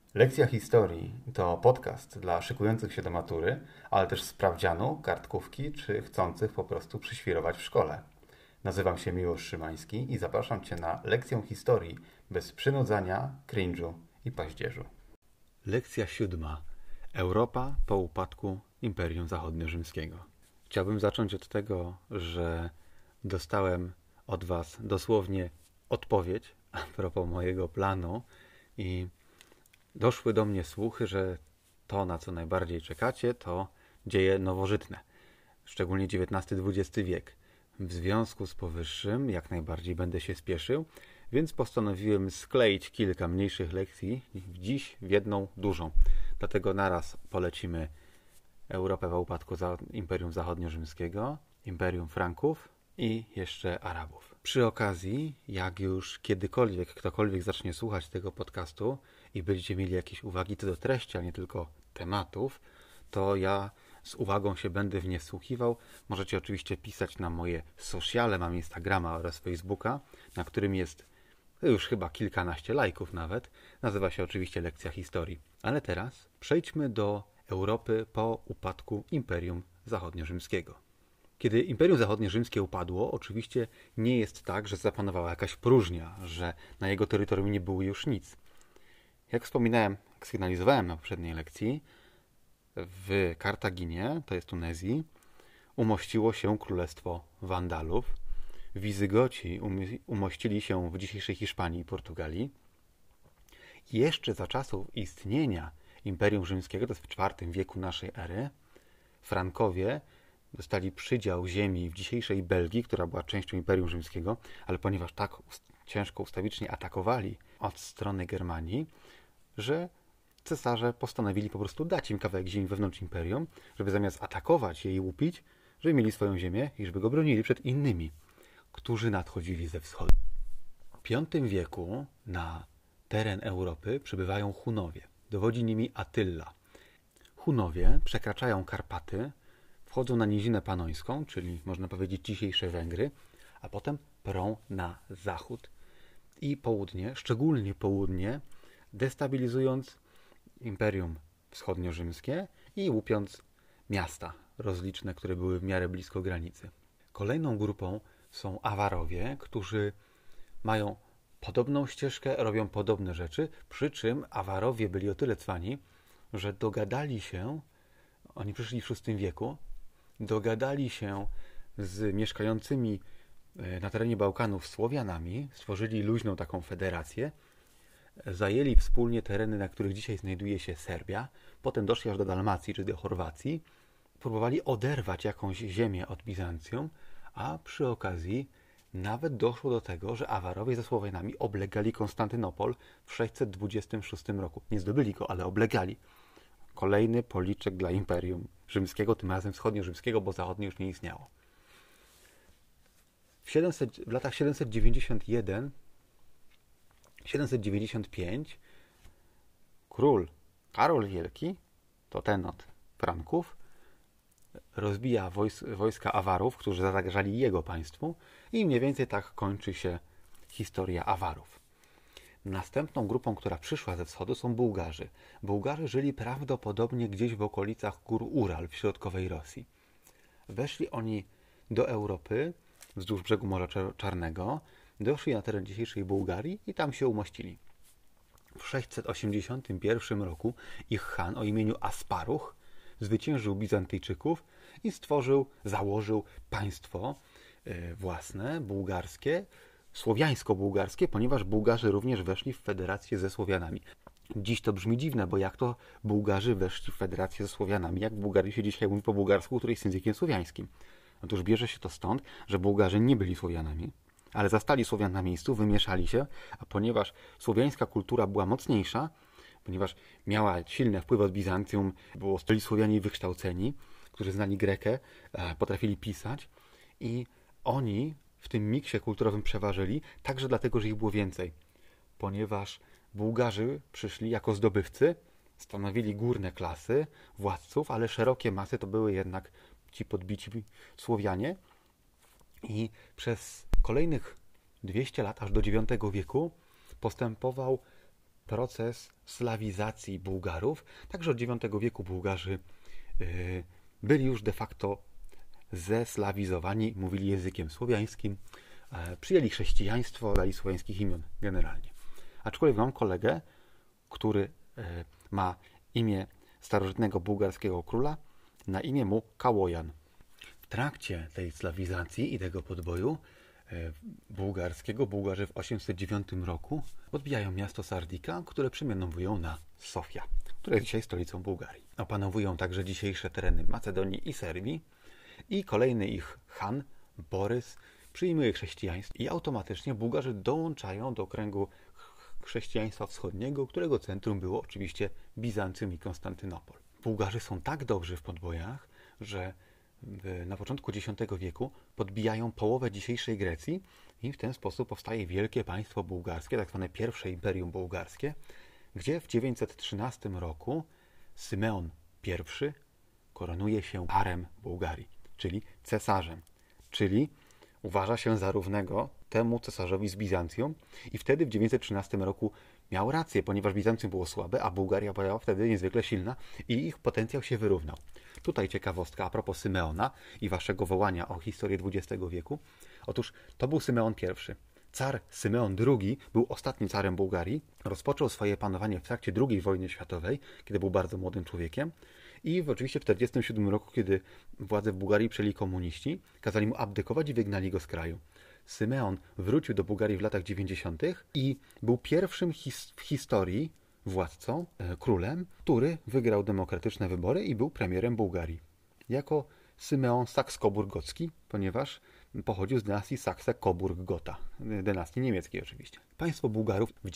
Lekcja historii to podcast dla szykujących się do matury, ale też sprawdzianu, kartkówki czy chcących po prostu przyświrować w szkole. Nazywam się Miłosz Szymański i zapraszam Cię na lekcję historii bez przynudzania, cringe'u i paździerzu. Lekcja 7. Europa po upadku Imperium Zachodniorzymskiego. Chciałbym zacząć od tego, że dostałem od Was dosłownie odpowiedź a propos mojego planu i doszły do mnie słuchy, że to, na co najbardziej czekacie, to dzieje nowożytne, szczególnie XIX-XX wiek. W związku z powyższym jak najbardziej będę się spieszył, więc postanowiłem skleić kilka mniejszych lekcji dziś w jedną dużą. Dlatego naraz polecimy Europę po upadku Imperium Zachodniorzymskiego, Imperium Franków i jeszcze Arabów. Przy okazji, jak już kiedykolwiek ktokolwiek zacznie słuchać tego podcastu i będziecie mieli jakieś uwagi co do treści, a nie tylko tematów, to ja z uwagą się będę w nie wsłuchiwał. Możecie oczywiście pisać na moje sociale, mam Instagrama oraz Facebooka, na którym jest już chyba kilkanaście lajków nawet. Nazywa się oczywiście Lekcja Historii. Ale teraz przejdźmy do Europy po upadku Imperium Zachodniorzymskiego. Kiedy Imperium Zachodniorzymskie upadło, oczywiście nie jest tak, że zapanowała jakaś próżnia, że na jego terytorium nie było już nic. Jak wspominałem, jak sygnalizowałem na poprzedniej lekcji, w Kartaginie, to jest Tunezji, umościło się Królestwo Wandalów. Wizygoci umościli się w dzisiejszej Hiszpanii i Portugalii. I jeszcze za czasów istnienia Imperium Rzymskiego, to jest w IV wieku naszej ery, Frankowie dostali przydział ziemi w dzisiejszej Belgii, która była częścią Imperium Rzymskiego, ale ponieważ tak ciężko ustawicznie atakowali od strony Germanii, że cesarze postanowili po prostu dać im kawałek ziemi wewnątrz imperium, żeby zamiast atakować je i łupić, żeby mieli swoją ziemię i żeby go bronili przed innymi, którzy nadchodzili ze wschodu. W V wieku na teren Europy przybywają Hunowie. Dowodzi nimi Attila. Hunowie przekraczają Karpaty, wchodzą na Nizinę Panońską, czyli można powiedzieć dzisiejsze Węgry, a potem prą na zachód i południe, szczególnie południe, destabilizując Imperium Wschodniorzymskie i łupiąc miasta rozliczne, które były w miarę blisko granicy. Kolejną grupą są Awarowie, którzy mają podobną ścieżkę, robią podobne rzeczy, przy czym Awarowie byli o tyle cwani, że dogadali się, oni przyszli w VI wieku, dogadali się z mieszkającymi na terenie Bałkanów Słowianami, stworzyli luźną taką federację, zajęli wspólnie tereny, na których dzisiaj znajduje się Serbia, potem doszli aż do Dalmacji czy do Chorwacji, próbowali oderwać jakąś ziemię od Bizancjum, a przy okazji nawet doszło do tego, że Awarowie ze Słowianami oblegali Konstantynopol w 626 roku. Nie zdobyli go, ale oblegali. Kolejny policzek dla Imperium Rzymskiego, tym razem wschodnio-rzymskiego, bo zachodnie już nie istniało. W latach 795 król Karol Wielki, to ten od Franków, rozbija wojska Awarów, którzy zagrażali jego państwu i mniej więcej tak kończy się historia Awarów. Następną grupą, która przyszła ze wschodu, są Bułgarzy. Bułgarzy żyli prawdopodobnie gdzieś w okolicach gór Ural w środkowej Rosji. Weszli oni do Europy wzdłuż brzegu Morza Czarnego, doszli na teren dzisiejszej Bułgarii i tam się umościli. W 681 roku ich khan o imieniu Asparuch zwyciężył Bizantyjczyków i założył państwo własne, bułgarskie, słowiańsko-bułgarskie, ponieważ Bułgarzy również weszli w federację ze Słowianami. Dziś to brzmi dziwne, bo jak to Bułgarzy weszli w federację ze Słowianami, jak w Bułgarii się dzisiaj mówi po bułgarsku, który jest językiem słowiańskim. Otóż bierze się to stąd, że Bułgarzy nie byli Słowianami, ale zastali Słowian na miejscu, wymieszali się, a ponieważ słowiańska kultura była mocniejsza, ponieważ miała silny wpływ od Bizancjum, byli Słowianie wykształceni, którzy znali Grekę, potrafili pisać i oni w tym miksie kulturowym przeważyli, także dlatego, że ich było więcej. Ponieważ Bułgarzy przyszli jako zdobywcy, stanowili górne klasy władców, ale szerokie masy to były jednak ci podbici Słowianie i przez kolejnych 200 lat, aż do IX wieku, postępował proces slawizacji Bułgarów. Także od IX wieku Bułgarzy byli już de facto zeslawizowani, mówili językiem słowiańskim, przyjęli chrześcijaństwo, dali słowiańskich imion generalnie. Aczkolwiek mam kolegę, który ma imię starożytnego bułgarskiego króla, na imię mu Kałojan. W trakcie tej slawizacji i tego podboju bułgarskiego Bułgarzy w 809 roku podbijają miasto Sardika, które przemianowują na Sofia, która jest dzisiaj stolicą Bułgarii. Opanowują także dzisiejsze tereny Macedonii i Serbii i kolejny ich Chan, Borys, przyjmuje chrześcijaństwo i automatycznie Bułgarzy dołączają do kręgu chrześcijaństwa wschodniego, którego centrum było oczywiście Bizancjum i Konstantynopol. Bułgarzy są tak dobrzy w podbojach, że na początku X wieku podbijają połowę dzisiejszej Grecji i w ten sposób powstaje wielkie państwo bułgarskie, tak zwane pierwsze Imperium Bułgarskie, gdzie w 913 roku Symeon I koronuje się carem Bułgarii, czyli cesarzem, czyli uważa się za równego temu cesarzowi z Bizancjum i wtedy w 913 roku miał rację, ponieważ Bizancjum było słabe, a Bułgaria była wtedy niezwykle silna i ich potencjał się wyrównał. Tutaj ciekawostka a propos Symeona i waszego wołania o historię XX wieku. Otóż to był Symeon I. Car Symeon II był ostatnim carem Bułgarii. Rozpoczął swoje panowanie w trakcie II wojny światowej, kiedy był bardzo młodym człowiekiem. I oczywiście w 1947 roku, kiedy władzę w Bułgarii przejęli komuniści, kazali mu abdykować i wygnali go z kraju. Symeon wrócił do Bułgarii w latach 90. i był pierwszym w historii władcą, królem, który wygrał demokratyczne wybory i był premierem Bułgarii. Jako Symeon Saks-Coburg-Gocki, ponieważ pochodził z dynastii Saksa-Coburg-Gotha, dynastii niemieckiej oczywiście. Państwo Bułgarów w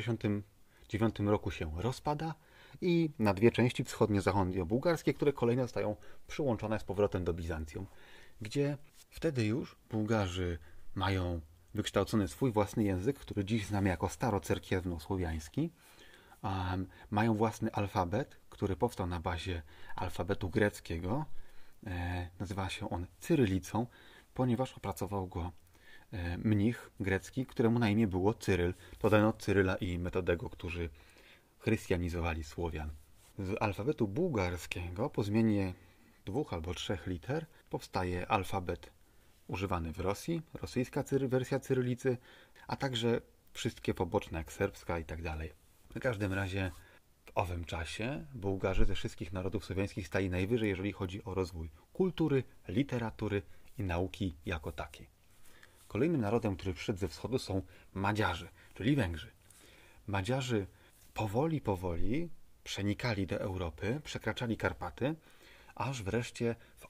969 roku się rozpada i na dwie części wschodnio-zachodnio-bułgarskie, które kolejno zostają przyłączone z powrotem do Bizancjum, gdzie wtedy już Bułgarzy mają wykształcony swój własny język, który dziś znamy jako starocerkiewno-słowiański. Mają własny alfabet, który powstał na bazie alfabetu greckiego. Nazywa się on cyrylicą, ponieważ opracował go mnich grecki, któremu na imię było Cyryl. To dano Cyryla i Metodego, którzy chrystianizowali Słowian. Z alfabetu bułgarskiego po zmianie 2 albo 3 liter powstaje alfabet używany w Rosji, rosyjska wersja cyrylicy, a także wszystkie poboczne jak serbska i tak dalej. W każdym razie w owym czasie Bułgarzy ze wszystkich narodów słowiańskich stali najwyżej, jeżeli chodzi o rozwój kultury, literatury i nauki jako takiej. Kolejnym narodem, który przyszedł ze wschodu, są Madziarzy, czyli Węgrzy. Madziarzy powoli przenikali do Europy, przekraczali Karpaty, aż wreszcie w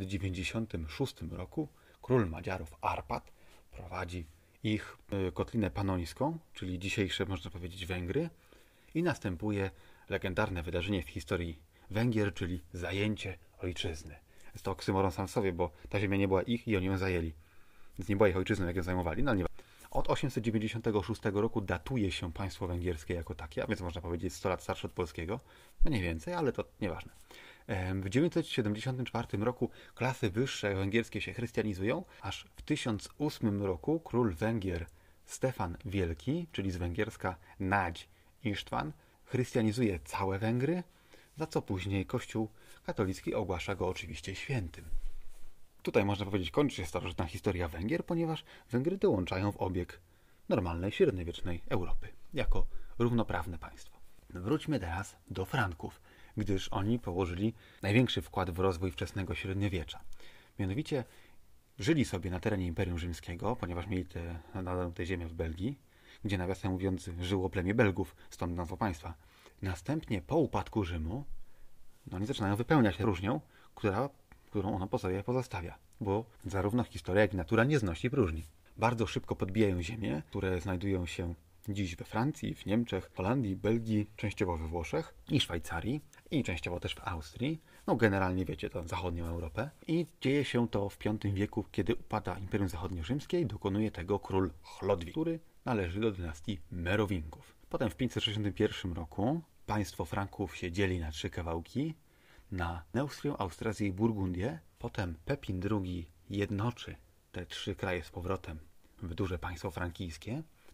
896 roku król Madziarów Arpad prowadzi ich kotlinę panońską, czyli dzisiejsze, można powiedzieć, Węgry, i następuje legendarne wydarzenie w historii Węgier, czyli zajęcie ojczyzny. Jest to oksymoron sam w sobie, bo ta ziemia nie była ich i oni ją zajęli. Więc nie była ich ojczyzną, jak ją zajmowali. No, nie. Od 896 roku datuje się państwo węgierskie jako takie, a więc można powiedzieć 100 lat starsze od polskiego. Mniej więcej, ale to nieważne. W 974 roku klasy wyższe węgierskie się chrystianizują, aż w 1008 roku król Węgier Stefan Wielki, czyli z węgierska Nagy Isztwan, chrystianizuje całe Węgry, za co później Kościół katolicki ogłasza go oczywiście świętym. Tutaj można powiedzieć kończy się starożytna historia Węgier, ponieważ Węgry dołączają w obieg normalnej, średniowiecznej Europy, jako równoprawne państwo. Wróćmy teraz do Franków, gdyż oni położyli największy wkład w rozwój wczesnego średniowiecza. Mianowicie żyli sobie na terenie Imperium Rzymskiego, ponieważ mieli tę ziemię w Belgii, gdzie nawiasem mówiąc żyło plemię Belgów, stąd nazwa państwa. Następnie po upadku Rzymu oni zaczynają wypełniać próżnią, którą ono po sobie pozostawia, bo zarówno historia, jak i natura nie znosi próżni. Bardzo szybko podbijają ziemię, które znajdują się dziś we Francji, w Niemczech, Holandii, Belgii, częściowo we Włoszech i Szwajcarii i częściowo też w Austrii. No generalnie wiecie, to zachodnią Europę. I dzieje się to w V wieku, kiedy upada Imperium Zachodniorzymskie i dokonuje tego król Chlodwig, który należy do dynastii Merowingów. Potem w 561 roku państwo Franków się dzieli na 3 kawałki, na Neustrię, Austrazję i Burgundię. Potem Pepin II jednoczy te 3 kraje z powrotem w duże państwo frankijskie.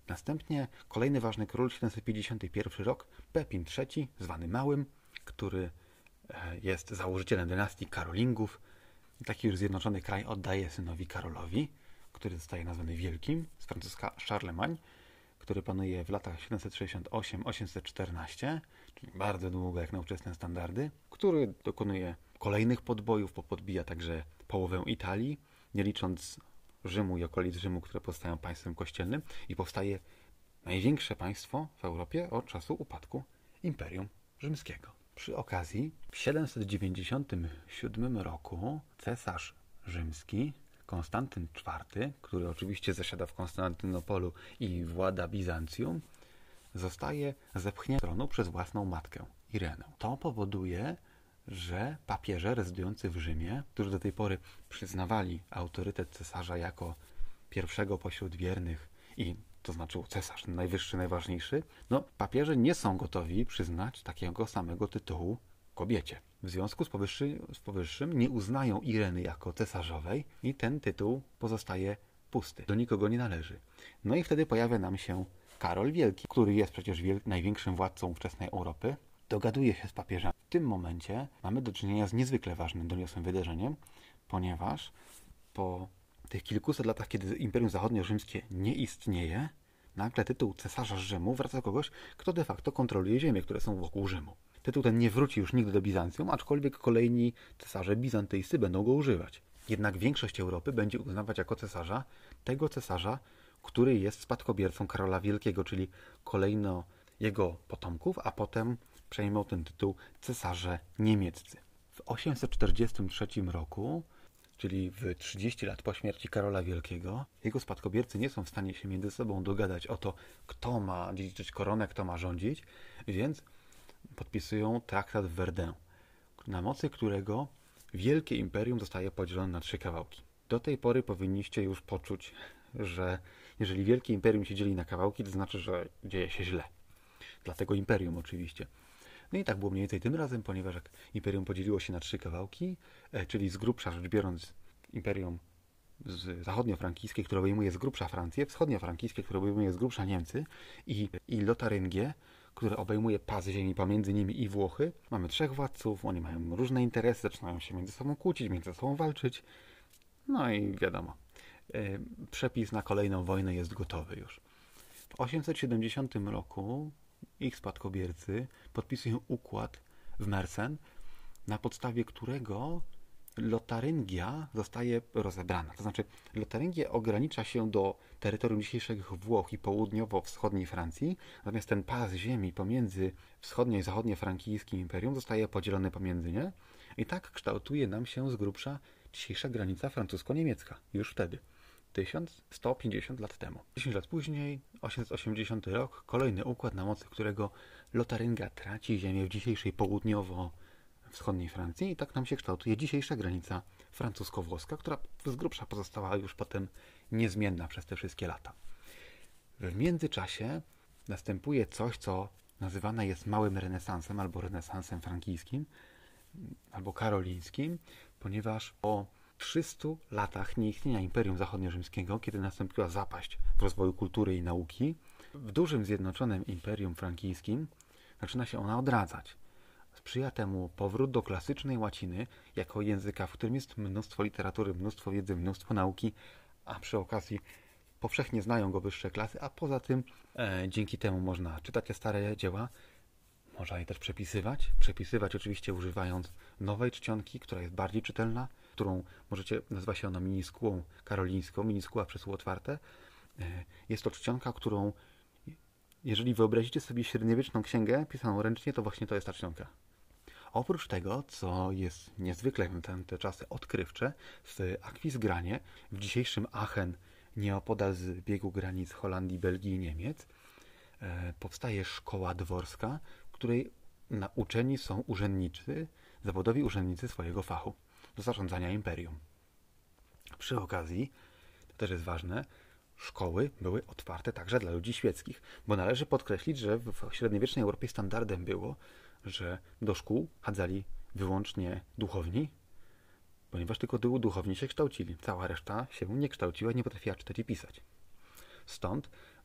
Następnie kolejny ważny król, 751 rok, Pepin III, zwany Małym, który jest założycielem dynastii Karolingów. Taki już zjednoczony kraj oddaje synowi Karolowi, który zostaje nazwany Wielkim, z francuska Charlemagne, który panuje w latach 768-814, czyli bardzo długo jak na ówczesne standardy, który dokonuje kolejnych podbojów, podbija także połowę Italii, nie licząc Rzymu i okolic Rzymu, które powstają państwem kościelnym, i powstaje największe państwo w Europie od czasu upadku Imperium Rzymskiego. Przy okazji w 797 roku cesarz rzymski Konstantyn IV, który oczywiście zasiada w Konstantynopolu i włada Bizancjum, zostaje zepchnięty z tronu przez własną matkę, Irenę. To powoduje, że papieże rezydujący w Rzymie, którzy do tej pory przyznawali autorytet cesarza jako pierwszego pośród wiernych i to znaczyło cesarz najwyższy, najważniejszy, papieże nie są gotowi przyznać takiego samego tytułu kobiecie. W związku z powyższym nie uznają Ireny jako cesarzowej i ten tytuł pozostaje pusty. Do nikogo nie należy. No i wtedy pojawia nam się Karol Wielki, który jest przecież największym władcą ówczesnej Europy. Dogaduje się z papieżami. W tym momencie mamy do czynienia z niezwykle ważnym, doniosłym wydarzeniem, ponieważ po tych kilkuset latach, kiedy Imperium Zachodnio-Rzymskie nie istnieje, nagle tytuł cesarza Rzymu wraca do kogoś, kto de facto kontroluje ziemie, które są wokół Rzymu. Tytuł ten nie wróci już nigdy do Bizancjum, aczkolwiek kolejni cesarze bizantyjscy będą go używać. Jednak większość Europy będzie uznawać jako cesarza tego cesarza, który jest spadkobiercą Karola Wielkiego, czyli kolejno jego potomków, a potem przejmą ten tytuł cesarze niemieccy. W 843 roku, czyli w 30 lat po śmierci Karola Wielkiego, jego spadkobiercy nie są w stanie się między sobą dogadać o to, kto ma dziedziczyć koronę, kto ma rządzić, więc podpisują traktat w Verdun, na mocy którego wielkie imperium zostaje podzielone na 3 kawałki. Do tej pory powinniście już poczuć, że jeżeli wielkie imperium się dzieli na kawałki, to znaczy, że dzieje się źle. Dlatego imperium oczywiście. No i tak było mniej więcej tym razem, ponieważ jak imperium podzieliło się na 3 kawałki, czyli z grubsza rzecz biorąc imperium zachodniofrankijskie, które obejmuje z grubsza Francję, wschodniofrankijskie, które obejmuje z grubsza Niemcy i Lotaryngię, które obejmuje pas ziemi pomiędzy nimi i Włochy. Mamy 3 władców, oni mają różne interesy, zaczynają się między sobą kłócić, między sobą walczyć. No i wiadomo, przepis na kolejną wojnę jest gotowy już. W 870 roku ich spadkobiercy podpisują układ w Mersen, na podstawie którego Lotaryngia zostaje rozebrana. To znaczy, Lotaryngia ogranicza się do terytorium dzisiejszych Włoch i południowo-wschodniej Francji, natomiast ten pas ziemi pomiędzy wschodnio- i zachodnio-frankijskim imperium zostaje podzielony pomiędzy nie i tak kształtuje nam się z grubsza dzisiejsza granica francusko-niemiecka. Już wtedy. 1150 lat temu. 10 lat później, 880 rok, kolejny układ, na mocy którego Lotaryngia traci ziemię w dzisiejszej południowo-wschodniej Francji i tak nam się kształtuje dzisiejsza granica francusko-włoska, która z grubsza pozostała już potem niezmienna przez te wszystkie lata. W międzyczasie następuje coś, co nazywane jest małym renesansem albo renesansem frankijskim albo karolińskim, ponieważ po 300 latach nieistnienia Imperium Zachodnio-Rzymskiego, kiedy nastąpiła zapaść w rozwoju kultury i nauki, w dużym zjednoczonym Imperium Frankijskim zaczyna się ona odradzać. Sprzyja temu powrót do klasycznej łaciny jako języka, w którym jest mnóstwo literatury, mnóstwo wiedzy, mnóstwo nauki, a przy okazji powszechnie znają go wyższe klasy, a poza tym dzięki temu można czytać te stare dzieła, można je też przepisywać oczywiście używając nowej czcionki, która jest bardziej czytelna, którą nazywa się ona miniskułą karolińską, miniskuła przez U otwarte. Jest to czcionka, którą, jeżeli wyobrazicie sobie średniowieczną księgę pisaną ręcznie, to właśnie to jest ta czcionka. Oprócz tego, co jest niezwykle w te czasy odkrywcze, w Aquisgranie, w dzisiejszym Aachen, nieopodal z biegu granic Holandii, Belgii i Niemiec, powstaje szkoła dworska, w której nauczeni są urzędnicy, zawodowi urzędnicy swojego fachu do zarządzania imperium. Przy okazji, to też jest ważne, szkoły były otwarte także dla ludzi świeckich, bo należy podkreślić, że w średniowiecznej Europie standardem było, że do szkół chadzali wyłącznie duchowni, ponieważ tylko duchowni się kształcili. Cała reszta się nie kształciła, nie potrafiła czytać i pisać. Stąd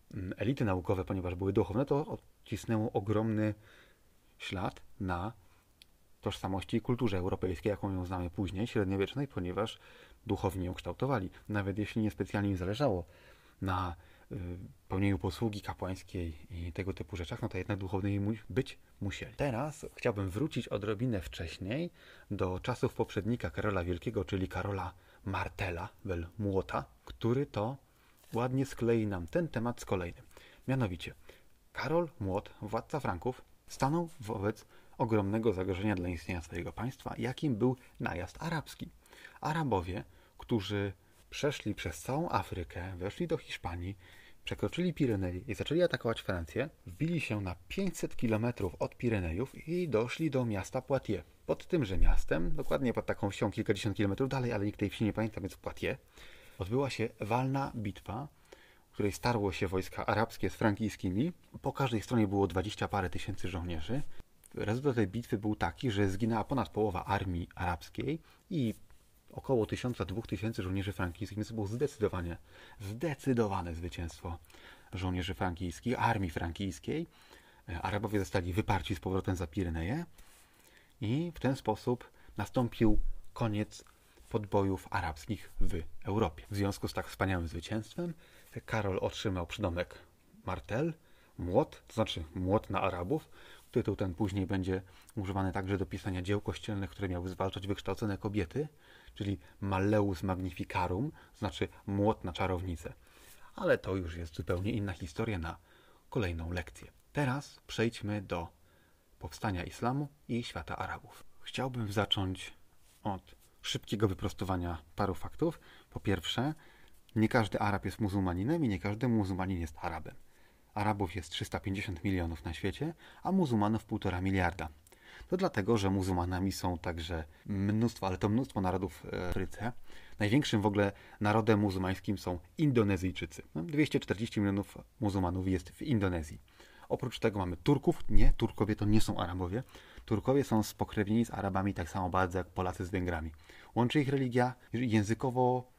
elity naukowe, ponieważ były duchowne, to odcisnęło ogromny ślad na tożsamości i kulturze europejskiej, jaką ją znamy później, średniowiecznej, ponieważ duchowni ją kształtowali. Nawet jeśli niespecjalnie im zależało na pełnieniu posługi kapłańskiej i tego typu rzeczach, no to jednak duchownymi być musieli. Teraz chciałbym wrócić odrobinę wcześniej do czasów poprzednika Karola Wielkiego, czyli Karola Martela, wel Młota, który to ładnie sklei nam ten temat z kolejnym. Mianowicie, Karol Młot, władca Franków, stanął wobec ogromnego zagrożenia dla istnienia swojego państwa, jakim był najazd arabski. Arabowie, którzy przeszli przez całą Afrykę, weszli do Hiszpanii, przekroczyli Pireneje i zaczęli atakować Francję, wbili się na 500 km od Pirenejów i doszli do miasta Poitiers. Pod tymże miastem, dokładnie pod taką wsią kilkadziesiąt kilometrów dalej, ale nikt tej wsi nie pamięta, więc Poitiers, odbyła się walna bitwa, w której starło się wojska arabskie z frankijskimi. Po każdej stronie było 20 parę tysięcy żołnierzy. Rezultat tej bitwy był taki, że zginęła ponad połowa armii arabskiej i około 1000-2000 żołnierzy frankijskich, więc to było zdecydowane zwycięstwo żołnierzy frankijskich, armii frankijskiej. Arabowie zostali wyparci z powrotem za Pireneje i w ten sposób nastąpił koniec podbojów arabskich w Europie. W związku z tak wspaniałym zwycięstwem Karol otrzymał przydomek Martel, młot, to znaczy młot na Arabów. Tytuł ten później będzie używany także do pisania dzieł kościelnych, które miały zwalczać wykształcone kobiety, czyli Malleus Magnificarum, to znaczy młot na czarownicę. Ale to już jest zupełnie inna historia na kolejną lekcję. Teraz przejdźmy do powstania islamu i świata Arabów. Chciałbym zacząć od szybkiego wyprostowania paru faktów. Po pierwsze, nie każdy Arab jest muzułmaninem i nie każdy muzułmanin jest Arabem. Arabów jest 350 milionów na świecie, a muzułmanów 1,5 miliarda. To dlatego, że muzułmanami są także mnóstwo narodów w Afryce. Największym w ogóle narodem muzułmańskim są Indonezyjczycy. 240 milionów muzułmanów jest w Indonezji. Oprócz tego mamy Turków. Nie, Turkowie to nie są Arabowie. Turkowie są spokrewnieni z Arabami tak samo bardzo jak Polacy z Węgrami. Łączy ich religia, językowo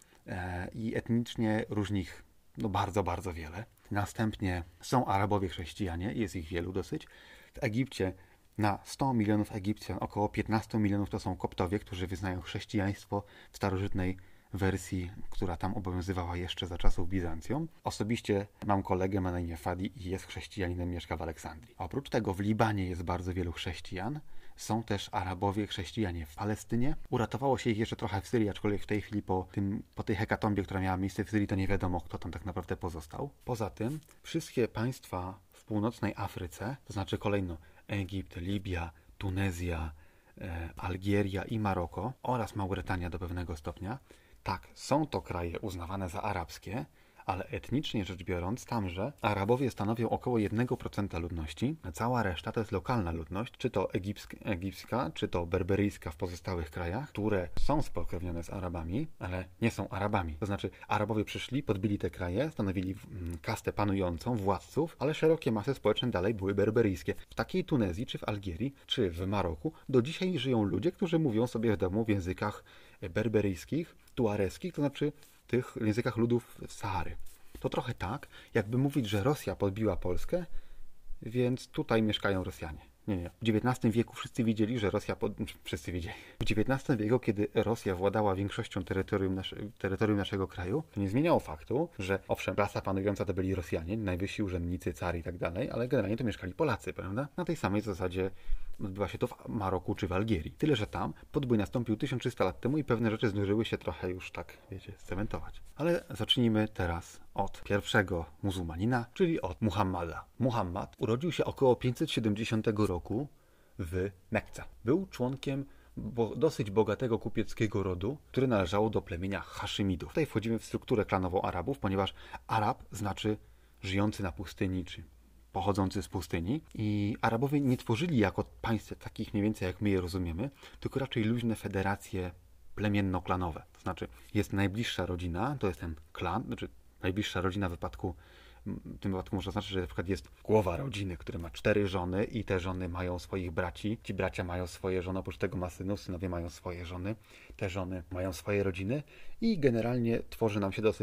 i etnicznie różni ich bardzo, bardzo wiele. Następnie są Arabowie chrześcijanie, jest ich wielu dosyć. W Egipcie na 100 milionów Egipcjan około 15 milionów to są Koptowie, którzy wyznają chrześcijaństwo w starożytnej wersji, która tam obowiązywała jeszcze za czasów Bizancjum. Osobiście mam kolegę, ma na imię Fadi i jest chrześcijaninem, mieszka w Aleksandrii. Oprócz tego w Libanie jest bardzo wielu chrześcijan. Są też Arabowie, chrześcijanie w Palestynie. Uratowało się ich jeszcze trochę w Syrii, aczkolwiek w tej chwili po tej hekatombie, która miała miejsce w Syrii, to nie wiadomo, kto tam tak naprawdę pozostał. Poza tym wszystkie państwa w północnej Afryce, to znaczy kolejno Egipt, Libia, Tunezja, Algieria i Maroko oraz Mauretania do pewnego stopnia, tak, są to kraje uznawane za arabskie, ale etnicznie rzecz biorąc, tamże Arabowie stanowią około 1% ludności, a cała reszta to jest lokalna ludność, czy to egipska, czy to berberyjska w pozostałych krajach, które są spokrewnione z Arabami, ale nie są Arabami. To znaczy Arabowie przyszli, podbili te kraje, stanowili kastę panującą, władców, ale szerokie masy społeczne dalej były berberyjskie. W takiej Tunezji, czy w Algierii, czy w Maroku do dzisiaj żyją ludzie, którzy mówią sobie w domu w językach berberyjskich, tuareskich, to znaczy tych językach ludów Sahary. To trochę tak, jakby mówić, że Rosja podbiła Polskę, więc tutaj mieszkają Rosjanie. Nie. W XIX wieku wszyscy wiedzieli, że Rosja... Wszyscy wiedzieli. W XIX wieku, kiedy Rosja władała większością terytorium naszego kraju, to nie zmieniało faktu, że owszem, klasa panująca to byli Rosjanie, najwyżsi urzędnicy, cary i tak dalej, ale generalnie to mieszkali Polacy, prawda? Na tej samej zasadzie odbywa się to w Maroku czy w Algierii. Tyle, że tam podbój nastąpił 1300 lat temu i pewne rzeczy zdążyły się trochę już tak, wiecie, scementować. Ale zacznijmy teraz od pierwszego muzułmanina, czyli od Muhammada. Muhammad urodził się około 570 roku w Mekce. Był członkiem dosyć bogatego kupieckiego rodu, który należało do plemienia Haszymidów. Tutaj wchodzimy w strukturę klanową Arabów, ponieważ Arab znaczy żyjący na pustyni, czy pochodzący z pustyni. I Arabowie nie tworzyli jako państw takich mniej więcej jak my je rozumiemy, tylko raczej luźne federacje plemienno-klanowe. To znaczy jest najbliższa rodzina, to jest ten klan, znaczy najbliższa rodzina w tym wypadku można znaczyć, że na przykład jest głowa rodziny, który ma 4 żony i te żony mają swoich braci, ci bracia mają swoje żony, oprócz tego ma synów, synowie mają swoje żony, te żony mają swoje rodziny i generalnie tworzy nam się dosyć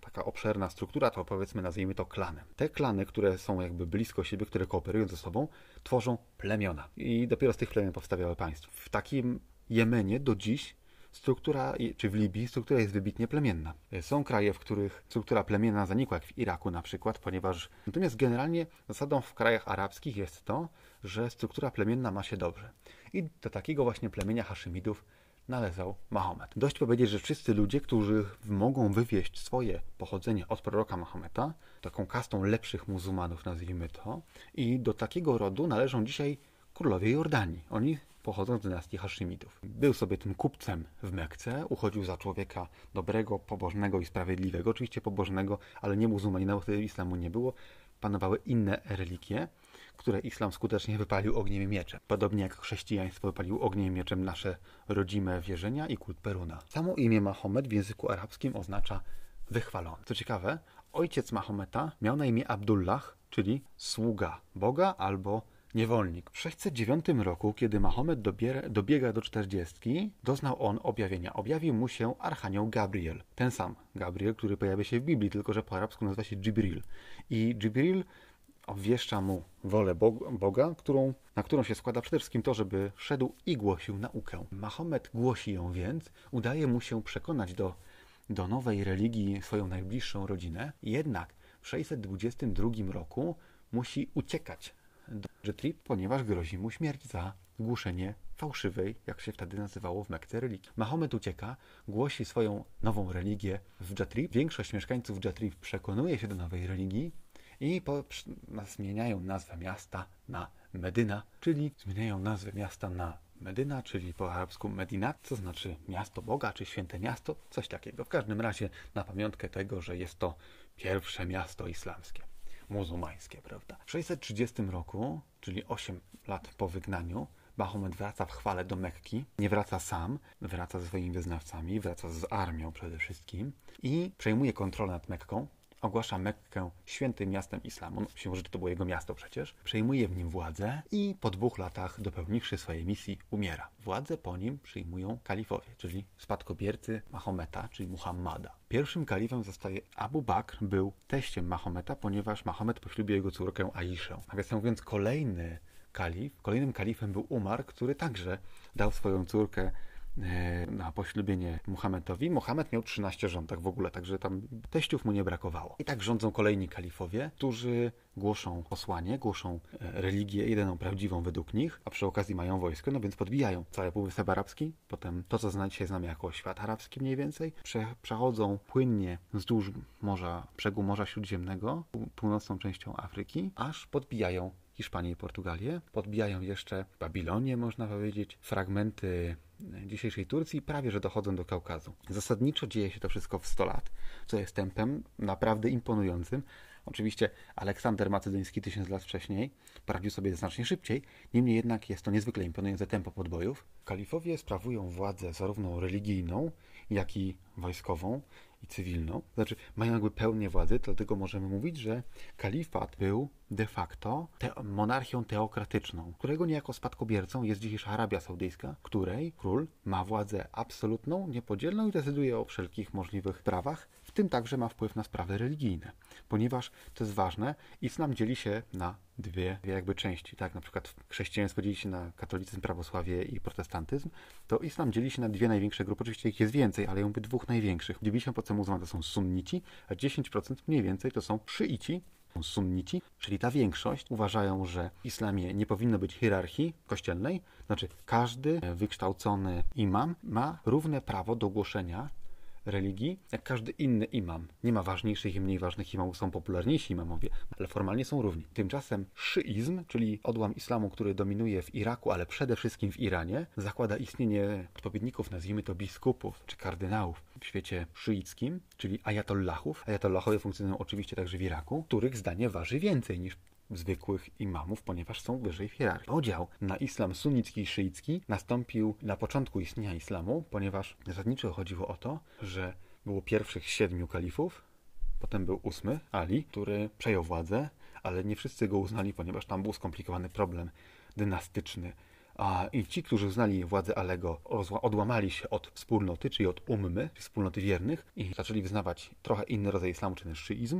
taka obszerna struktura, to powiedzmy nazwijmy to klanem. Te klany, które są jakby blisko siebie, które kooperują ze sobą, tworzą plemiona. I dopiero z tych plemion powstawały państwa. W takim Jemenie do dziś struktura, czy w Libii struktura jest wybitnie plemienna. Są kraje, w których struktura plemienna zanikła, jak w Iraku na przykład, ponieważ natomiast generalnie zasadą w krajach arabskich jest to, że struktura plemienna ma się dobrze. I do takiego właśnie plemienia Haszymidów należał Mahomet. Dość powiedzieć, że wszyscy ludzie, którzy mogą wywieźć swoje pochodzenie od proroka Mahometa, taką kastą lepszych muzułmanów nazwijmy to, i do takiego rodu należą dzisiaj królowie Jordanii. Oni pochodzą z dynastii Haszymidów. Był sobie tym kupcem w Mekce, uchodził za człowieka dobrego, pobożnego i sprawiedliwego. Oczywiście pobożnego, ale nie muzułmanina, bo wtedy islamu nie było. Panowały inne religie, które islam skutecznie wypalił ogniem i mieczem. Podobnie jak chrześcijaństwo wypalił ogniem i mieczem nasze rodzime wierzenia i kult Peruna. Samo imię Mahomet w języku arabskim oznacza wychwalony. Co ciekawe, ojciec Mahometa miał na imię Abdullah, czyli sługa Boga albo niewolnik. W 609 roku, kiedy Mahomet dobiega do 40, doznał on objawienia. Objawił mu się archanioł Gabriel. Ten sam Gabriel, który pojawia się w Biblii, tylko że po arabsku nazywa się Dżybril. I Dżybril obwieszcza mu wolę Boga, na którą się składa przede wszystkim to, żeby szedł i głosił naukę. Mahomet głosi ją więc, udaje mu się przekonać do nowej religii swoją najbliższą rodzinę, jednak w 622 roku musi uciekać do Jatrib, ponieważ grozi mu śmierć za głoszenie fałszywej, jak się wtedy nazywało w Mekce, religii. Mahomet ucieka, głosi swoją nową religię w Jatrib. Większość mieszkańców Jatrib przekonuje się do nowej religii i zmieniają nazwę miasta na Medyna, czyli po arabsku Medinat, co znaczy miasto Boga, czy święte miasto, coś takiego. W każdym razie na pamiątkę tego, że jest to pierwsze miasto islamskie, muzułmańskie, prawda? W 630 roku, czyli 8 lat po wygnaniu, Mahomet wraca w chwale do Mekki. Nie wraca sam, wraca ze swoimi wyznawcami, wraca z armią przede wszystkim i przejmuje kontrolę nad Mekką. Ogłasza Mekkę świętym miastem islamu. No, się może, że to było jego miasto przecież. Przejmuje w nim władzę i po 2 latach, dopełniwszy swojej misji, umiera. Władzę po nim przyjmują kalifowie, czyli spadkobiercy Mahometa, czyli Muhammada. Pierwszym kalifem zostaje Abu Bakr, był teściem Mahometa, ponieważ Mahomet poślubił jego córkę Aiszę. Nawiasem mówiąc, kolejnym kalifem był Umar, który także dał swoją córkę na poślubienie Muhammedowi. Muhammed miał 13 żon, tak w ogóle, także tam teściów mu nie brakowało. I tak rządzą kolejni kalifowie, którzy głoszą posłanie, głoszą religię jedyną prawdziwą według nich, a przy okazji mają wojsko, no więc podbijają cały Półwysep Arabski, potem to, co dzisiaj znamy jako świat arabski mniej więcej, przechodzą płynnie wzdłuż brzegu Morza Śródziemnego, północną częścią Afryki, aż podbijają Hiszpanię i Portugalię, podbijają jeszcze Babilonię, można powiedzieć, fragmenty dzisiejszej Turcji, prawie że dochodzą do Kaukazu. Zasadniczo dzieje się to wszystko w 100 lat, co jest tempem naprawdę imponującym. Oczywiście Aleksander Macedoński 1000 lat wcześniej poradził sobie znacznie szybciej, niemniej jednak jest to niezwykle imponujące tempo podbojów. Kalifowie sprawują władzę zarówno religijną, jak i wojskową i cywilną. Znaczy mają jakby pełnię władzy, dlatego możemy mówić, że kalifat był de facto monarchią teokratyczną, którego niejako spadkobiercą jest dzisiejsza Arabia Saudyjska, której król ma władzę absolutną, niepodzielną i decyduje o wszelkich możliwych sprawach, w tym także ma wpływ na sprawy religijne. Ponieważ, to jest ważne, islam dzieli się na dwie jakby części, tak? Na przykład chrześcijaństwo dzieli się na katolicyzm, prawosławie i protestantyzm, to islam dzieli się na 2 największe grupy, oczywiście ich jest więcej, ale ja mówię 2 największych. 90% muzułman to są sunnici, a 10% mniej więcej to są szyici. Sunnici, czyli ta większość, uważają, że w islamie nie powinno być hierarchii kościelnej, znaczy każdy wykształcony imam ma równe prawo do głoszenia religii, jak każdy inny imam. Nie ma ważniejszych i mniej ważnych imamów, są popularniejsi imamowie, ale formalnie są równi. Tymczasem szyizm, czyli odłam islamu, który dominuje w Iraku, ale przede wszystkim w Iranie, zakłada istnienie odpowiedników, nazwijmy to biskupów czy kardynałów w świecie szyickim, czyli ajatollahów. Ajatollahowie funkcjonują oczywiście także w Iraku, których zdanie waży więcej niż zwykłych imamów, ponieważ są wyżej w hierarchii. Podział na islam sunnicki i szyicki nastąpił na początku istnienia islamu, ponieważ zasadniczo chodziło o to, że było pierwszych 7 kalifów, potem był 8, Ali, który przejął władzę, ale nie wszyscy go uznali, ponieważ tam był skomplikowany problem dynastyczny, I ci, którzy uznali władzę Alego, odłamali się od wspólnoty, czyli od ummy, czyli wspólnoty wiernych i zaczęli wyznawać trochę inny rodzaj islamu, czyli szyizm,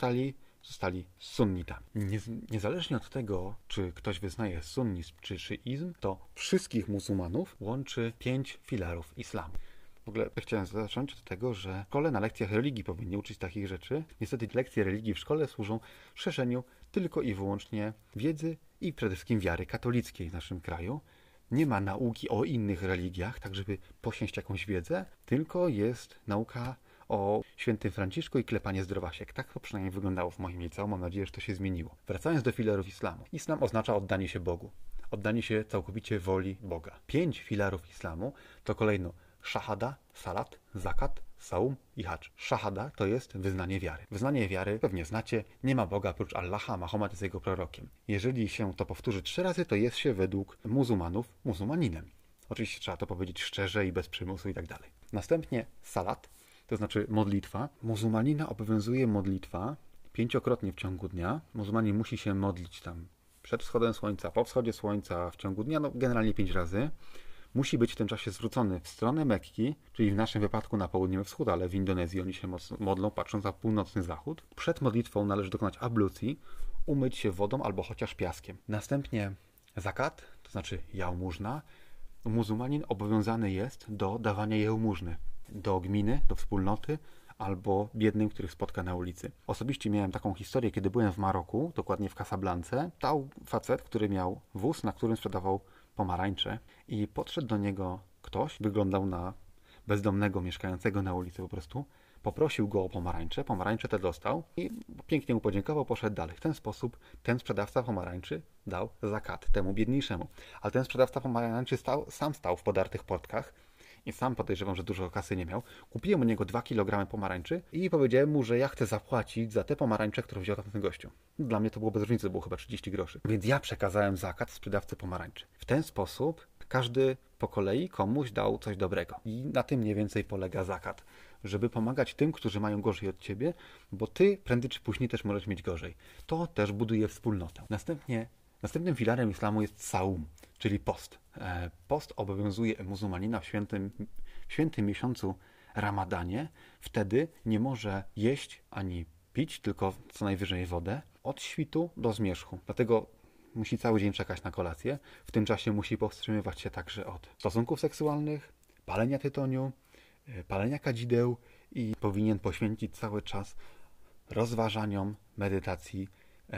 zostali sunnitami. Niezależnie od tego, czy ktoś wyznaje sunnizm czy szyizm, to wszystkich muzułmanów łączy 5 filarów islamu. W ogóle chciałem zacząć od tego, że w szkole na lekcjach religii powinni uczyć takich rzeczy. Niestety lekcje religii w szkole służą szerzeniu tylko i wyłącznie wiedzy i przede wszystkim wiary katolickiej w naszym kraju. Nie ma nauki o innych religiach, tak żeby posiąść jakąś wiedzę, tylko jest nauka o świętym Franciszku i klepanie zdrowasiek. Tak to przynajmniej wyglądało w moim liceum. Mam nadzieję, że to się zmieniło. Wracając do filarów islamu. Islam oznacza oddanie się Bogu. Oddanie się całkowicie woli Boga. 5 filarów islamu to kolejno szahada, salat, zakat, saum i hadż. Szahada to jest wyznanie wiary. Wyznanie wiary pewnie znacie, nie ma Boga oprócz Allaha, Mahomet jest jego prorokiem. Jeżeli się to powtórzy 3 razy, to jest się według muzułmanów muzułmaninem. Oczywiście trzeba to powiedzieć szczerze i bez przymusu i tak dalej. Następnie salat, to znaczy modlitwa. Muzułmanina obowiązuje modlitwa 5-krotnie w ciągu dnia. Muzułmanin musi się modlić tam przed wschodem słońca, po wschodzie słońca, w ciągu dnia, generalnie 5 razy. Musi być w tym czasie zwrócony w stronę Mekki, czyli w naszym wypadku na południowy wschód, ale w Indonezji oni się modlą patrząc na północny zachód. Przed modlitwą należy dokonać ablucji, umyć się wodą albo chociaż piaskiem. Następnie zakat, to znaczy jałmużna. Muzułmanin obowiązany jest do dawania jałmużny do gminy, do wspólnoty albo biednym, których spotka na ulicy. Osobiście miałem taką historię, kiedy byłem w Maroku, dokładnie w Casablance. Stał facet, który miał wóz, na którym sprzedawał pomarańcze i podszedł do niego ktoś, wyglądał na bezdomnego mieszkającego na ulicy po prostu, poprosił go o pomarańcze te dostał i pięknie mu podziękował, poszedł dalej. W ten sposób ten sprzedawca pomarańczy dał zakat temu biedniejszemu. Ale ten sprzedawca pomarańczy sam stał w podartych płotkach i sam podejrzewam, że dużo kasy nie miał. Kupiłem u niego 2 kg pomarańczy i powiedziałem mu, że ja chcę zapłacić za te pomarańcze, które wziął tamten gościu. Dla mnie to było bez różnicy, było chyba 30 groszy. Więc ja przekazałem zakat sprzedawcy pomarańczy. W ten sposób każdy po kolei komuś dał coś dobrego. I na tym mniej więcej polega zakat. Żeby pomagać tym, którzy mają gorzej od ciebie, bo ty prędzej czy później też możesz mieć gorzej. To też buduje wspólnotę. Następnym filarem islamu jest saum, czyli post. Post obowiązuje muzułmanina w świętym miesiącu Ramadanie. Wtedy nie może jeść ani pić, tylko co najwyżej wodę, od świtu do zmierzchu. Dlatego musi cały dzień czekać na kolację. W tym czasie musi powstrzymywać się także od stosunków seksualnych, palenia tytoniu, palenia kadzideł i powinien poświęcić cały czas rozważaniom, medytacji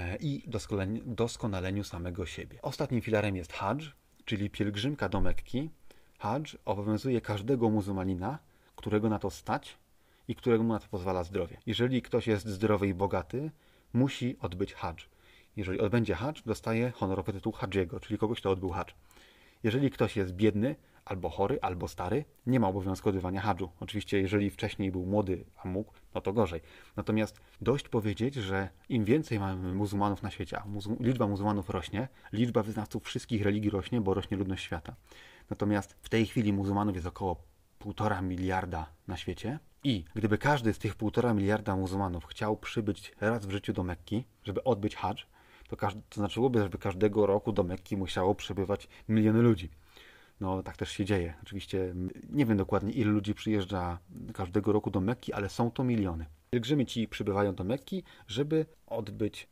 i doskonaleniu samego siebie. Ostatnim filarem jest hadż, czyli pielgrzymka do Mekki. Hadż obowiązuje każdego muzułmanina, którego na to stać i którego mu na to pozwala zdrowie. Jeżeli ktoś jest zdrowy i bogaty, musi odbyć hadż. Jeżeli odbędzie hadż, dostaje honorowy tytuł hadżiego, czyli kogoś, kto odbył hadż. Jeżeli ktoś jest biedny, albo chory, albo stary, nie ma obowiązku odbywania hadżu. Oczywiście, jeżeli wcześniej był młody, a mógł, no to gorzej. Natomiast dość powiedzieć, że im więcej mamy muzułmanów na świecie, a liczba muzułmanów rośnie, liczba wyznawców wszystkich religii rośnie, bo rośnie ludność świata. Natomiast w tej chwili muzułmanów jest około 1,5 miliarda na świecie i gdyby każdy z tych 1,5 miliarda muzułmanów chciał przybyć raz w życiu do Mekki, żeby odbyć hadż, to znaczyłoby, żeby każdego roku do Mekki musiało przybywać miliony ludzi. No tak też się dzieje. Oczywiście nie wiem dokładnie, ilu ludzi przyjeżdża każdego roku do Mekki, ale są to miliony. Pielgrzymi ci przybywają do Mekki, żeby odbyć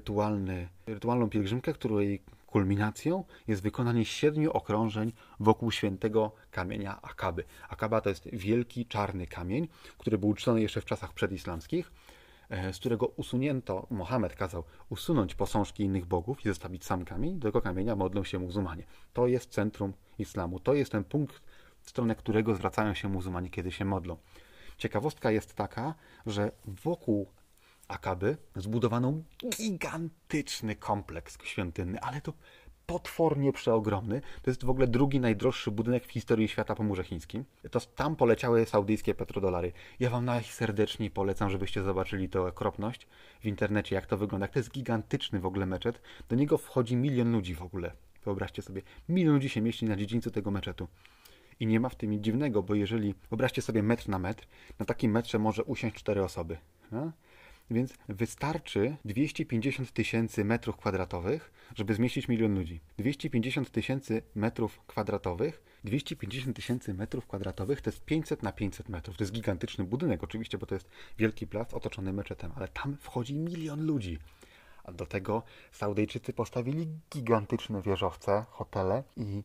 rytualną pielgrzymkę, której kulminacją jest wykonanie 7 okrążeń wokół świętego kamienia Akaby. Akaba to jest wielki, czarny kamień, który był uczczony jeszcze w czasach przedislamskich, z którego Mohamed kazał usunąć posążki innych bogów i zostawić sam kamień. Do tego kamienia modlą się muzułmanie. To jest centrum islamu. To jest ten punkt, w stronę którego zwracają się muzułmanie, kiedy się modlą. Ciekawostka jest taka, że wokół Akaby zbudowano gigantyczny kompleks świątynny, ale to potwornie przeogromny. To jest w ogóle drugi najdroższy budynek w historii świata po murze chińskim. To tam poleciały saudyjskie petrodolary. Ja wam najserdeczniej polecam, żebyście zobaczyli tę okropność w internecie, jak to wygląda. Jak to jest gigantyczny w ogóle meczet. Do niego wchodzi 1 000 000 ludzi w ogóle. Wyobraźcie sobie, 1 000 000 ludzi się mieści na dziedzińcu tego meczetu. I nie ma w tym nic dziwnego, bo jeżeli, wyobraźcie sobie metr na metr, na takim metrze może usiąść 4 osoby. No? Więc wystarczy 250 000 metrów kwadratowych, żeby zmieścić 1 000 000 ludzi. 250 000 metrów kwadratowych, 250 000 metrów kwadratowych to jest 500 na 500 metrów. To jest gigantyczny budynek oczywiście, bo to jest wielki plac otoczony meczetem, ale tam wchodzi 1 000 000 ludzi. A do tego Saudyjczycy postawili gigantyczne wieżowce, hotele i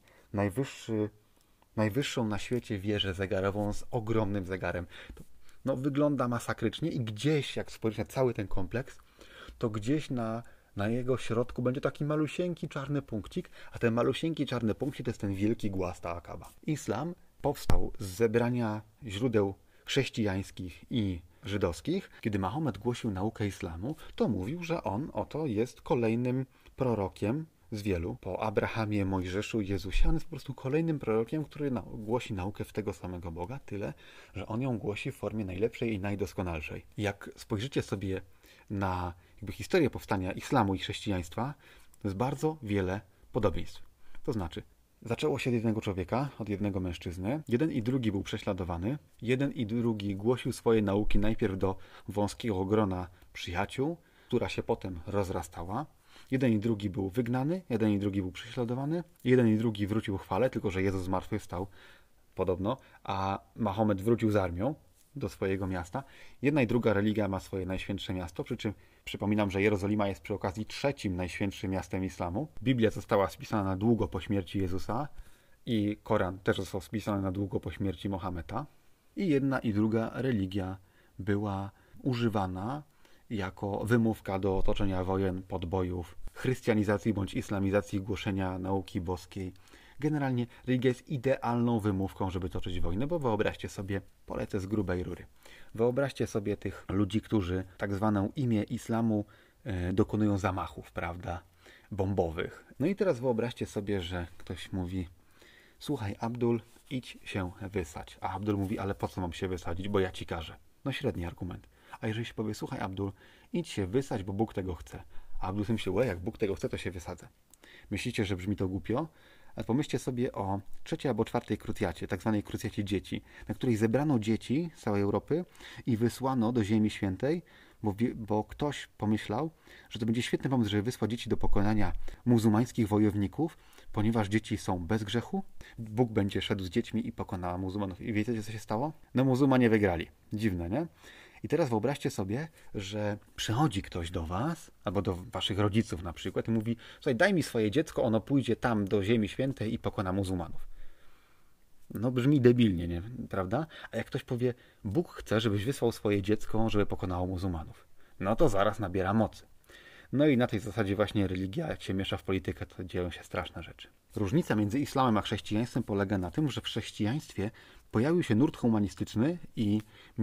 najwyższą na świecie wieżę zegarową z ogromnym zegarem. To, wygląda masakrycznie i gdzieś, jak spojrzysz na cały ten kompleks, to gdzieś na jego środku będzie taki malusieńki czarny punkcik, a ten malusieńki czarny punkcik to jest ten wielki głaz Akaba. Islam powstał z zebrania źródeł chrześcijańskich i żydowskich. Kiedy Mahomet głosił naukę islamu, to mówił, że on oto jest kolejnym prorokiem z wielu. Po Abrahamie, Mojżeszu i Jezusie on jest po prostu kolejnym prorokiem, który głosi naukę w tego samego Boga, tyle, że on ją głosi w formie najlepszej i najdoskonalszej. Jak spojrzycie sobie na historię powstania islamu i chrześcijaństwa, to jest bardzo wiele podobieństw. To znaczy, zaczęło się od jednego człowieka, od jednego mężczyzny. Jeden i drugi był prześladowany. Jeden i drugi głosił swoje nauki najpierw do wąskiego grona przyjaciół, która się potem rozrastała. Jeden i drugi był wygnany, jeden i drugi był prześladowany. Jeden i drugi wrócił w chwale, tylko że Jezus zmartwychwstał podobno, a Mahomet wrócił z armią do swojego miasta. Jedna i druga religia ma swoje najświętsze miasto, przy czym przypominam, że Jerozolima jest przy okazji 3. najświętszym miastem islamu. Biblia została spisana na długo po śmierci Jezusa i Koran też został spisany na długo po śmierci Mahometa. I jedna i druga religia była używana jako wymówka do otoczenia wojen, podbojów, chrystianizacji bądź islamizacji głoszenia nauki boskiej. Generalnie religia jest idealną wymówką, żeby toczyć wojnę, bo wyobraźcie sobie, polecę z grubej rury, wyobraźcie sobie tych ludzi, którzy tak zwaną imię islamu dokonują zamachów, prawda, bombowych. No i teraz wyobraźcie sobie, że ktoś mówi: słuchaj Abdul, idź się wysać. A Abdul mówi: ale po co mam się wysadzić, bo ja ci każę. No średni argument. A jeżeli się powie: słuchaj Abdul, idź się wysać, bo Bóg tego chce. A Abdul sobie myśli: jak Bóg tego chce, to się wysadzę. Myślicie, że brzmi to głupio? Ale pomyślcie sobie o 3. albo 4. krucjacie, tak zwanej krucjacie dzieci, na której zebrano dzieci z całej Europy i wysłano do Ziemi Świętej, bo ktoś pomyślał, że to będzie świetny pomysł, żeby wysłać dzieci do pokonania muzułmańskich wojowników, ponieważ dzieci są bez grzechu. Bóg będzie szedł z dziećmi i pokona muzułmanów. I wiecie, co się stało? No muzułmanie wygrali. Dziwne, nie? I teraz wyobraźcie sobie, że przychodzi ktoś do was, albo do waszych rodziców na przykład i mówi: słuchaj, daj mi swoje dziecko, ono pójdzie tam do Ziemi Świętej i pokona muzułmanów. No brzmi debilnie, nie? Prawda? A jak ktoś powie: Bóg chce, żebyś wysłał swoje dziecko, żeby pokonało muzułmanów, no to zaraz nabiera mocy. No i na tej zasadzie właśnie religia, jak się miesza w politykę, to dzieją się straszne rzeczy. Różnica między islamem a chrześcijaństwem polega na tym, że w chrześcijaństwie pojawił się nurt humanistyczny i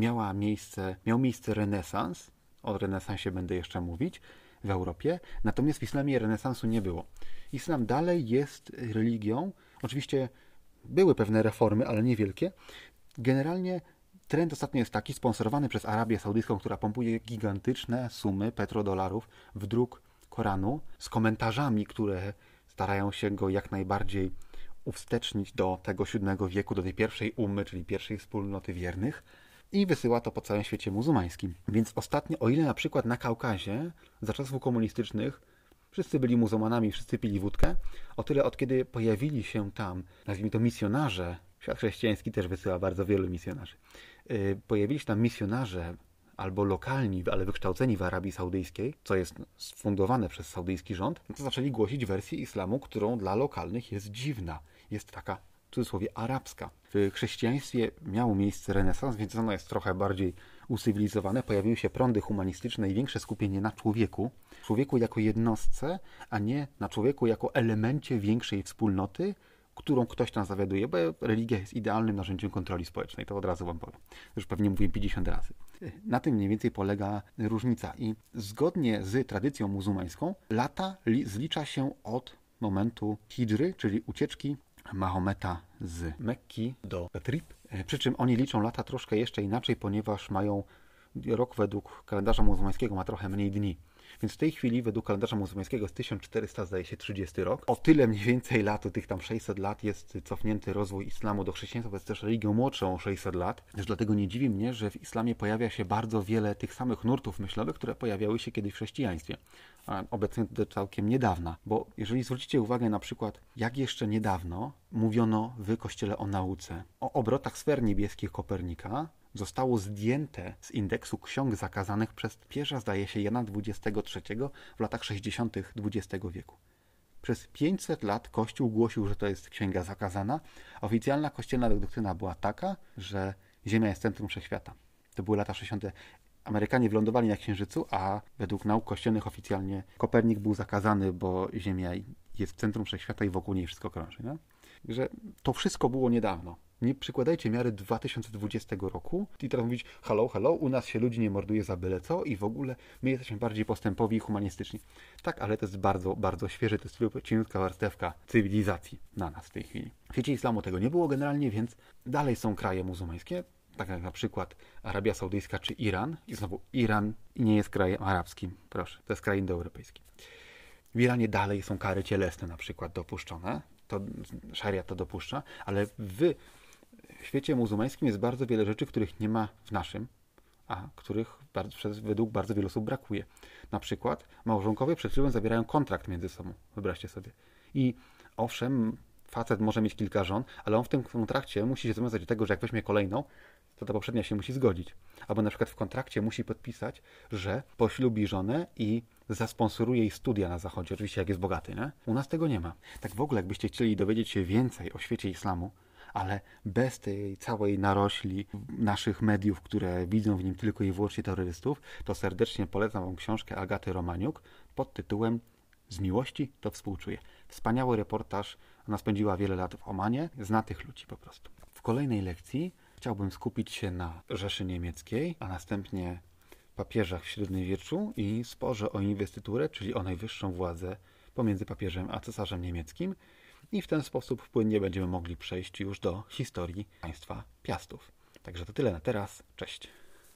miał miejsce renesans. O renesansie będę jeszcze mówić w Europie. Natomiast w islamie renesansu nie było. Islam dalej jest religią. Oczywiście były pewne reformy, ale niewielkie. Generalnie trend ostatnio jest taki, sponsorowany przez Arabię Saudyjską, która pompuje gigantyczne sumy petrodolarów w druk Koranu z komentarzami, które starają się go jak najbardziej uwstecznić do tego VII wieku, do tej pierwszej ummy, czyli pierwszej wspólnoty wiernych, i wysyła to po całym świecie muzułmańskim. Więc ostatnio, o ile na przykład na Kaukazie za czasów komunistycznych wszyscy byli muzułmanami, wszyscy pili wódkę, o tyle od kiedy pojawili się tam, nazwijmy to, misjonarze, świat chrześcijański też wysyła bardzo wielu misjonarzy, pojawili się tam misjonarze albo lokalni, ale wykształceni w Arabii Saudyjskiej, co jest sfundowane przez saudyjski rząd, to zaczęli głosić wersję islamu, którą dla lokalnych jest dziwna. Jest taka, w cudzysłowie, arabska. W chrześcijaństwie miał miejsce renesans, więc ono jest trochę bardziej ucywilizowane. Pojawiły się prądy humanistyczne i większe skupienie na człowieku. Człowieku jako jednostce, a nie na człowieku jako elemencie większej wspólnoty, którą ktoś tam zawiaduje, bo religia jest idealnym narzędziem kontroli społecznej. To od razu wam powiem. Już pewnie mówiłem 50 razy. Na tym mniej więcej polega różnica. I zgodnie z tradycją muzułmańską lata zlicza się od momentu hidżry, czyli ucieczki Mahometa z Mekki do Yatrib. Przy czym oni liczą lata troszkę jeszcze inaczej, ponieważ mają rok według kalendarza muzułmańskiego ma trochę mniej dni. Więc w tej chwili według kalendarza muzułmańskiego jest 1400, zdaje się, 30 rok. O tyle mniej więcej lat, tych tam 600 lat jest cofnięty rozwój islamu do chrześcijaństwa, to jest też religią młodszą o 600 lat. Też dlatego nie dziwi mnie, że w islamie pojawia się bardzo wiele tych samych nurtów myślowych, które pojawiały się kiedyś w chrześcijaństwie. A obecnie do całkiem niedawna. Bo jeżeli zwrócicie uwagę na przykład, jak jeszcze niedawno mówiono w Kościele o nauce, o obrotach sfer niebieskich Kopernika, zostało zdjęte z indeksu ksiąg zakazanych przez papieża, zdaje się, Jana XXIII w latach 60. XX wieku. Przez 500 lat Kościół głosił, że to jest księga zakazana. Oficjalna kościelna doktryna była taka, że Ziemia jest centrum wszechświata. To były lata 60. Amerykanie wylądowali na Księżycu, a według nauk kościelnych oficjalnie Kopernik był zakazany, bo Ziemia jest centrum wszechświata i wokół niej wszystko krąży. Nie? Że to wszystko było niedawno. Nie przykładajcie miary 2020 roku i teraz mówić hello, u nas się ludzi nie morduje za byle co i w ogóle my jesteśmy bardziej postępowi i humanistyczni. Tak, ale to jest bardzo, bardzo świeże, to jest tylko cieniutka warstewka cywilizacji na nas w tej chwili. W świecie islamu tego nie było generalnie, więc dalej są kraje muzułmańskie, tak jak na przykład Arabia Saudyjska czy Iran. I znowu Iran nie jest krajem arabskim, proszę, to jest kraj indoeuropejski. W Iranie dalej są kary cielesne na przykład dopuszczone, to szaria to dopuszcza, ale w świecie muzułmańskim jest bardzo wiele rzeczy, których nie ma w naszym, a których według bardzo wielu osób brakuje. Na przykład małżonkowie przed ślubem zawierają kontrakt między sobą, wyobraźcie sobie. I owszem, facet może mieć kilka żon, ale on w tym kontrakcie musi się zobowiązać do tego, że jak weźmie kolejną, to ta poprzednia się musi zgodzić. Albo na przykład w kontrakcie musi podpisać, że poślubi żonę i zasponsoruje jej studia na zachodzie, oczywiście jak jest bogaty, nie? U nas tego nie ma. Tak w ogóle, jakbyście chcieli dowiedzieć się więcej o świecie islamu, ale bez tej całej narośli naszych mediów, które widzą w nim tylko i wyłącznie terrorystów, to serdecznie polecam wam książkę Agaty Romaniuk pod tytułem Z miłości to współczuję. Wspaniały reportaż, ona spędziła wiele lat w Omanie, zna tych ludzi po prostu. W kolejnej lekcji chciałbym skupić się na Rzeszy Niemieckiej, a następnie papieżach w średniowieczu i sporze o inwestyturę, czyli o najwyższą władzę pomiędzy papieżem a cesarzem niemieckim. I w ten sposób płynnie będziemy mogli przejść już do historii państwa Piastów. Także to tyle na teraz. Cześć.